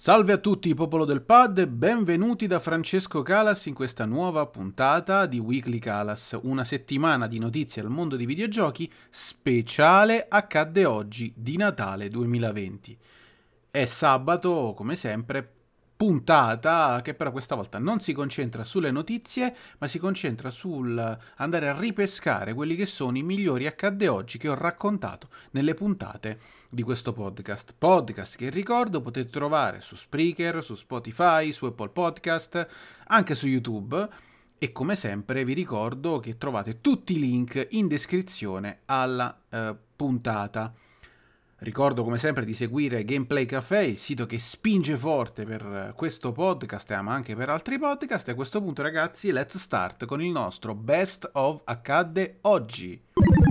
Salve a tutti, popolo del Pad, e benvenuti da Francesco Calas in questa nuova puntata di Weekly Calas, una settimana di notizie al mondo dei videogiochi speciale accadde oggi di Natale 2020. È sabato, come sempre, puntata che però questa volta non si concentra sulle notizie, ma si concentra sul andare a ripescare quelli che sono i migliori accadde oggi che ho raccontato nelle puntate di questo podcast che ricordo potete trovare su Spreaker, su Spotify, su Apple Podcast, anche su YouTube, e come sempre vi ricordo che trovate tutti i link in descrizione alla puntata. Ricordo come sempre di seguire Gameplay Café, il sito che spinge forte per questo podcast ma anche per altri podcast, e a questo punto ragazzi let's start con il nostro Best of Accadde oggi.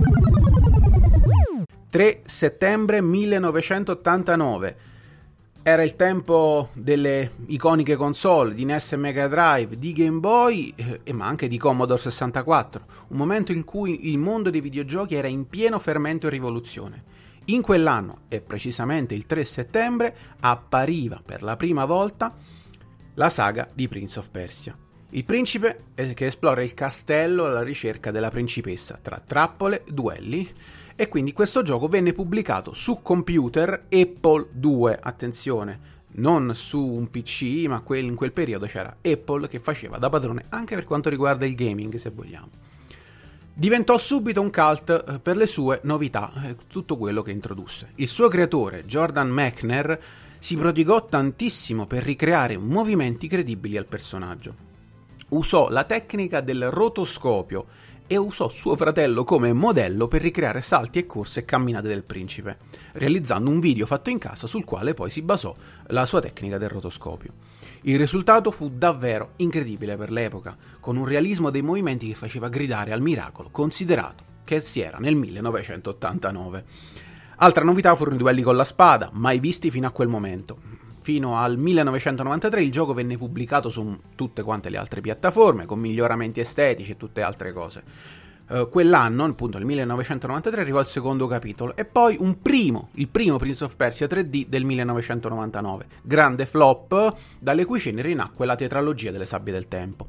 3 settembre 1989. Era il tempo delle iconiche console di NES e Mega Drive, di Game Boy ma anche di Commodore 64, un momento in cui il mondo dei videogiochi era in pieno fermento e rivoluzione. In quell'anno, e precisamente il 3 settembre, appariva per la prima volta la saga di Prince of Persia. Il principe che esplora il castello alla ricerca della principessa tra trappole, duelli, e quindi questo gioco venne pubblicato su computer Apple II, attenzione, non su un PC, ma in quel periodo c'era Apple che faceva da padrone anche per quanto riguarda il gaming, se vogliamo. Diventò subito un cult per le sue novità, tutto quello che introdusse. Il suo creatore, Jordan Mechner, si prodigò tantissimo per ricreare movimenti credibili al personaggio. Usò la tecnica del rotoscopio e usò suo fratello come modello per ricreare salti e corse e camminate del principe, realizzando un video fatto in casa sul quale poi si basò la sua tecnica del rotoscopio. Il risultato fu davvero incredibile per l'epoca, con un realismo dei movimenti che faceva gridare al miracolo, considerato che si era nel 1989. Altra novità furono i duelli con la spada, mai visti fino a quel momento. Fino al 1993 il gioco venne pubblicato su tutte quante le altre piattaforme, con miglioramenti estetici e tutte altre cose. Quell'anno, appunto nel 1993, arrivò il secondo capitolo e poi il primo Prince of Persia 3D del 1999, grande flop dalle cui ceneri nacque la tetralogia delle Sabbie del Tempo.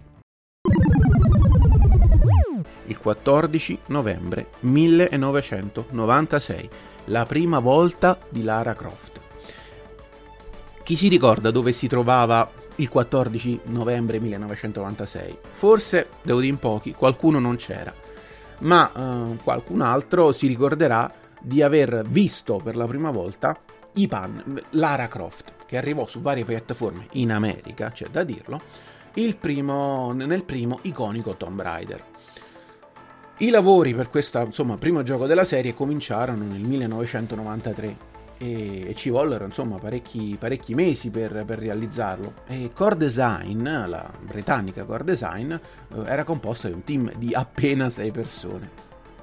Il 14 novembre 1996, la prima volta di Lara Croft. Chi si ricorda dove si trovava il 14 novembre 1996? Forse, devo dire in pochi, qualcuno non c'era, ma qualcun altro si ricorderà di aver visto per la prima volta Lara Croft, che arrivò su varie piattaforme in America, c'è da dirlo, nel primo iconico Tomb Raider. I lavori per questo primo gioco della serie cominciarono nel 1993. E ci vollero parecchi mesi per realizzarlo, e Core Design, la britannica Core Design, era composta di un team di appena 6 persone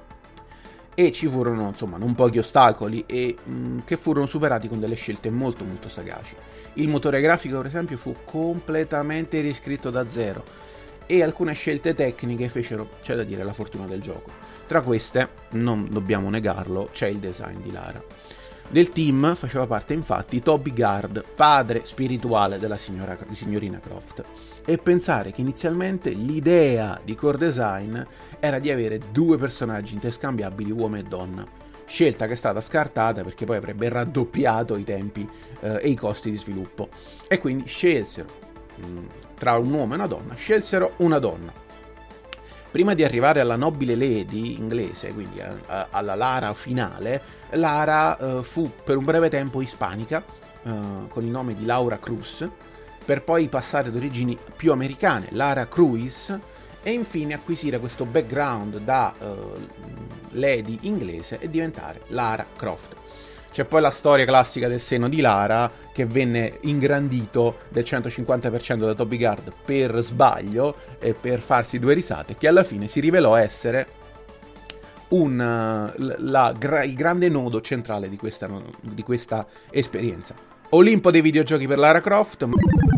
e ci furono non pochi ostacoli che furono superati con delle scelte molto molto sagaci. Il motore grafico, per esempio, fu completamente riscritto da zero e alcune scelte tecniche fecero, c'è da dire, la fortuna del gioco. Tra queste, non dobbiamo negarlo, c'è il design di Lara. Del team faceva parte infatti Toby Gard, padre spirituale della signorina Croft, e pensare che inizialmente l'idea di Core Design era di avere 2 personaggi interscambiabili, uomo e donna, scelta che è stata scartata perché poi avrebbe raddoppiato i tempi e i costi di sviluppo, e quindi scelsero tra un uomo e una donna, scelsero una donna. Prima di arrivare alla nobile lady inglese, quindi alla Lara finale, Lara fu per un breve tempo ispanica, con il nome di Laura Cruz, per poi passare ad origini più americane, Lara Cruz, e infine acquisire questo background da lady inglese e diventare Lara Croft. C'è poi la storia classica del seno di Lara, che venne ingrandito del 150% da Toby Gard per sbaglio e per farsi 2 risate, che alla fine si rivelò essere il grande nodo centrale di questa esperienza. Olimpo dei videogiochi per Lara Croft.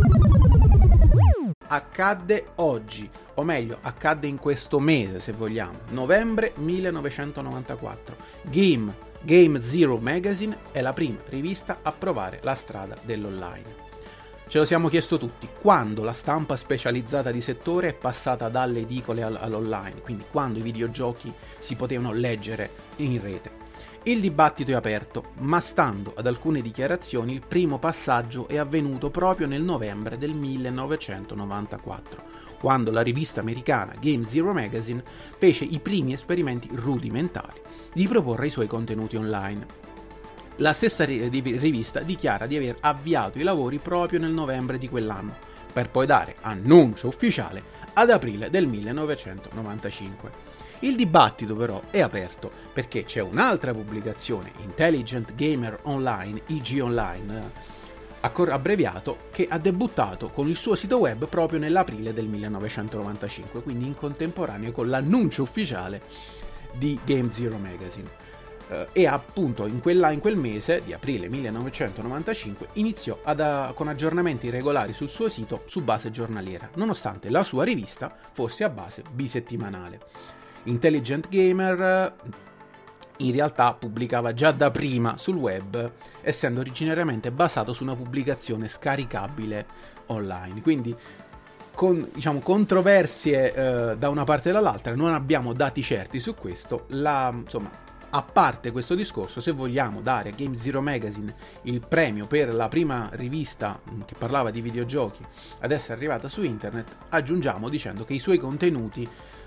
Accadde oggi, o meglio, accadde in questo mese, se vogliamo, novembre 1994. Game Zero Magazine è la prima rivista a provare la strada dell'online. Ce lo siamo chiesto tutti, quando la stampa specializzata di settore è passata dalle edicole all'online, quindi quando i videogiochi si potevano leggere in rete. Il dibattito è aperto, ma stando ad alcune dichiarazioni il primo passaggio è avvenuto proprio nel novembre del 1994, quando la rivista americana Game Zero Magazine fece i primi esperimenti rudimentali di proporre i suoi contenuti online. La stessa rivista dichiara di aver avviato i lavori proprio nel novembre di quell'anno, per poi dare annuncio ufficiale ad aprile del 1995. Il dibattito però è aperto perché c'è un'altra pubblicazione, Intelligent Gamer Online, IG Online, abbreviato, che ha debuttato con il suo sito web proprio nell'aprile del 1995, quindi in contemporanea con l'annuncio ufficiale di Game Zero Magazine. E appunto in quel mese di aprile 1995 iniziò con aggiornamenti regolari sul suo sito su base giornaliera, nonostante la sua rivista fosse a base bisettimanale. Intelligent Gamer in realtà pubblicava già da prima sul web, essendo originariamente basato su una pubblicazione scaricabile online, quindi con controversie da una parte e dall'altra. Non abbiamo dati certi su questo. A parte questo discorso, se vogliamo dare a Game Zero Magazine il premio per la prima rivista che parlava di videogiochi ad essere arrivata su internet, aggiungiamo dicendo che i suoi contenuti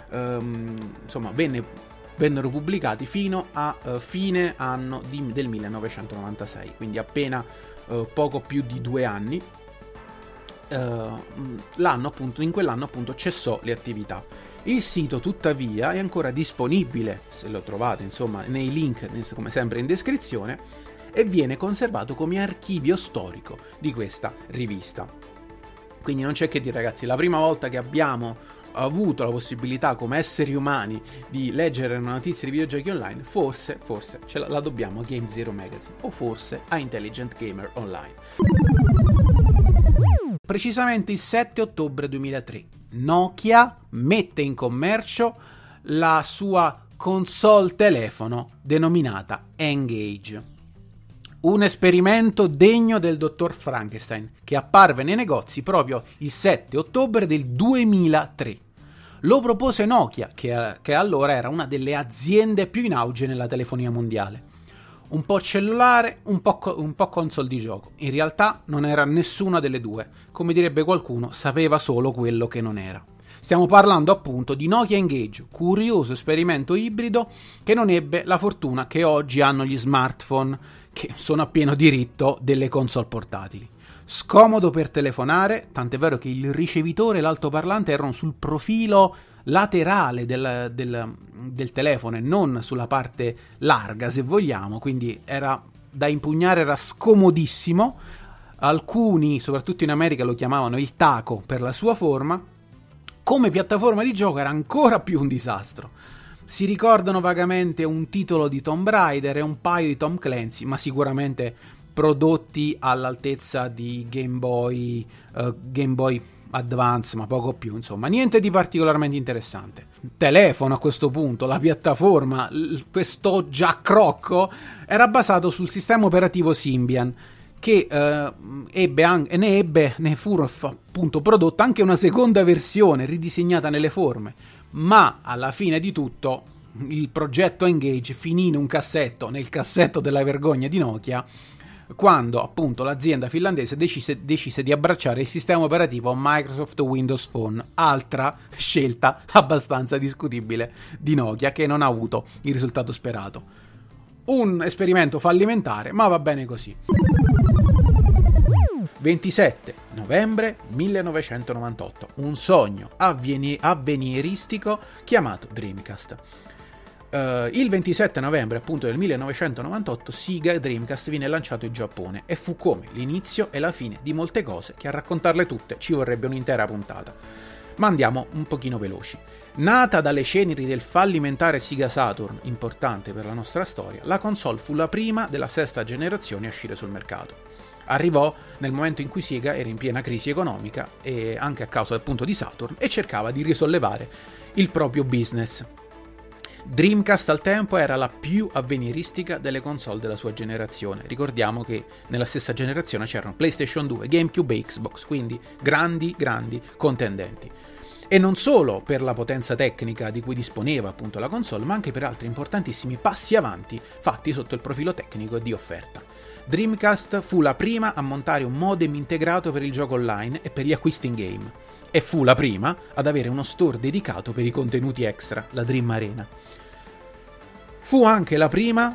vennero pubblicati fino a fine anno del 1996, quindi appena poco più di 2 anni. In quell'anno appunto cessò le attività. Il sito tuttavia è ancora disponibile, se lo trovate nei link come sempre in descrizione, e viene conservato come archivio storico di questa rivista. Quindi non c'è che dire, ragazzi, la prima volta che abbiamo avuto la possibilità come esseri umani di leggere una notizia di videogiochi online, forse la dobbiamo a Game Zero Magazine, o forse a Intelligent Gamer Online. Precisamente il 7 ottobre 2003 Nokia mette in commercio la sua console telefono denominata N-Gage, un esperimento degno del dottor Frankenstein che apparve nei negozi proprio il 7 ottobre del 2003. Lo propose Nokia, che allora era una delle aziende più in auge nella telefonia mondiale. Un po' cellulare, un po' console di gioco. In realtà non era nessuna delle due. Come direbbe qualcuno, sapeva solo quello che non era. Stiamo parlando appunto di Nokia N-Gage, curioso esperimento ibrido che non ebbe la fortuna che oggi hanno gli smartphone, che sono a pieno diritto delle console portatili. Scomodo per telefonare, tant'è vero che il ricevitore e l'altoparlante erano sul profilo laterale del telefono e non sulla parte larga, se vogliamo, quindi era da impugnare, era scomodissimo. Alcuni, soprattutto in America, lo chiamavano il taco per la sua forma. Come piattaforma di gioco era ancora più un disastro. Si ricordano vagamente un titolo di Tomb Raider e un paio di Tom Clancy, ma sicuramente prodotti all'altezza di Game Boy Advance, ma poco più, insomma, niente di particolarmente interessante. Telefono a questo punto, la piattaforma, questo giaccrocco, era basato sul sistema operativo Symbian, che ne fu appunto prodotta anche una seconda versione ridisegnata nelle forme, ma alla fine di tutto il progetto N-Gage finì in un cassetto, nel cassetto della vergogna di Nokia, quando appunto l'azienda finlandese decise di abbracciare il sistema operativo Microsoft Windows Phone, altra scelta abbastanza discutibile di Nokia, che non ha avuto il risultato sperato. Un esperimento fallimentare, ma va bene così. 27 novembre 1998, un sogno avveniristico chiamato Dreamcast. Il 27 novembre appunto del 1998 Sega Dreamcast viene lanciato in Giappone e fu come l'inizio e la fine di molte cose che a raccontarle tutte ci vorrebbe un'intera puntata. Ma andiamo un pochino veloci. Nata dalle ceneri del fallimentare Sega Saturn, importante per la nostra storia, la console fu la prima della sesta generazione a uscire sul mercato. Arrivò nel momento in cui Sega era in piena crisi economica, e anche a causa appunto di Saturn, e cercava di risollevare il proprio business. Dreamcast al tempo era la più avveniristica delle console della sua generazione. Ricordiamo che nella stessa generazione c'erano PlayStation 2, GameCube e Xbox, quindi grandi contendenti. E non solo per la potenza tecnica di cui disponeva appunto la console, ma anche per altri importantissimi passi avanti fatti sotto il profilo tecnico e di offerta. Dreamcast fu la prima a montare un modem integrato per il gioco online e per gli acquisti in game, e fu la prima ad avere uno store dedicato per i contenuti extra, la Dream Arena. Fu anche la prima,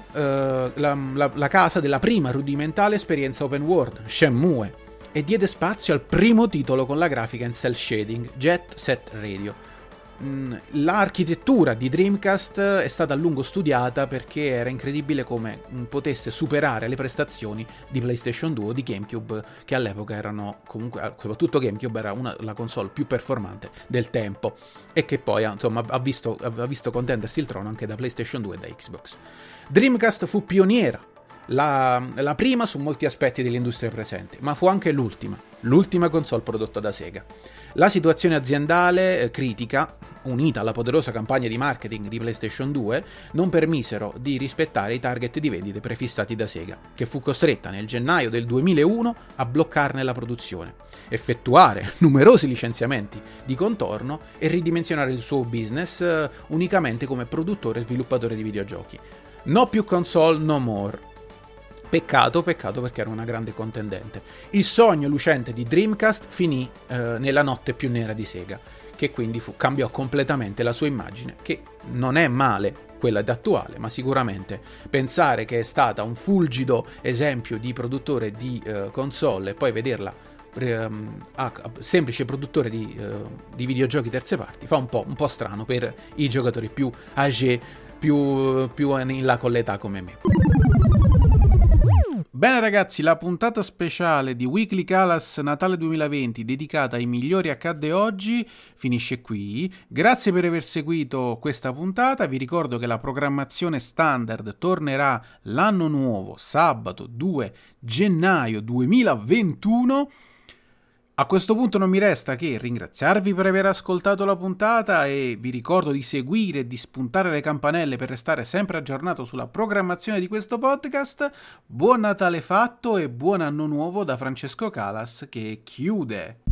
la casa della prima rudimentale esperienza open world, Shenmue, e diede spazio al primo titolo con la grafica in cel shading, Jet Set Radio. L'architettura di Dreamcast è stata a lungo studiata perché era incredibile come potesse superare le prestazioni di PlayStation 2 o di GameCube, che all'epoca erano comunque, soprattutto GameCube era la console più performante del tempo, e che poi insomma ha visto contendersi il trono anche da PlayStation 2 e da Xbox. Dreamcast fu pioniera, la prima su molti aspetti dell'industria presente, ma fu anche l'ultima console prodotta da Sega. La situazione aziendale critica, unita alla poderosa campagna di marketing di PlayStation 2, non permisero di rispettare i target di vendite prefissati da Sega, che fu costretta nel gennaio del 2001 a bloccarne la produzione, effettuare numerosi licenziamenti di contorno e ridimensionare il suo business unicamente come produttore e sviluppatore di videogiochi. No più console, no more. Peccato perché era una grande contendente. Il sogno lucente di Dreamcast finì nella notte più nera di Sega, che quindi cambiò completamente la sua immagine, che non è male quella attuale, ma sicuramente pensare che è stata un fulgido esempio di produttore di console e poi vederla semplice produttore di videogiochi terze parti fa un po' strano per i giocatori più âgés, più in là con l'età come me. Bene ragazzi, la puntata speciale di Weekly Kalas Natale 2020 dedicata ai migliori accadde oggi finisce qui. Grazie per aver seguito questa puntata. Vi ricordo che la programmazione standard tornerà l'anno nuovo, sabato 2 gennaio 2021. A questo punto non mi resta che ringraziarvi per aver ascoltato la puntata e vi ricordo di seguire e di spuntare le campanelle per restare sempre aggiornato sulla programmazione di questo podcast. Buon Natale fatto e buon anno nuovo da Francesco Kalas che chiude.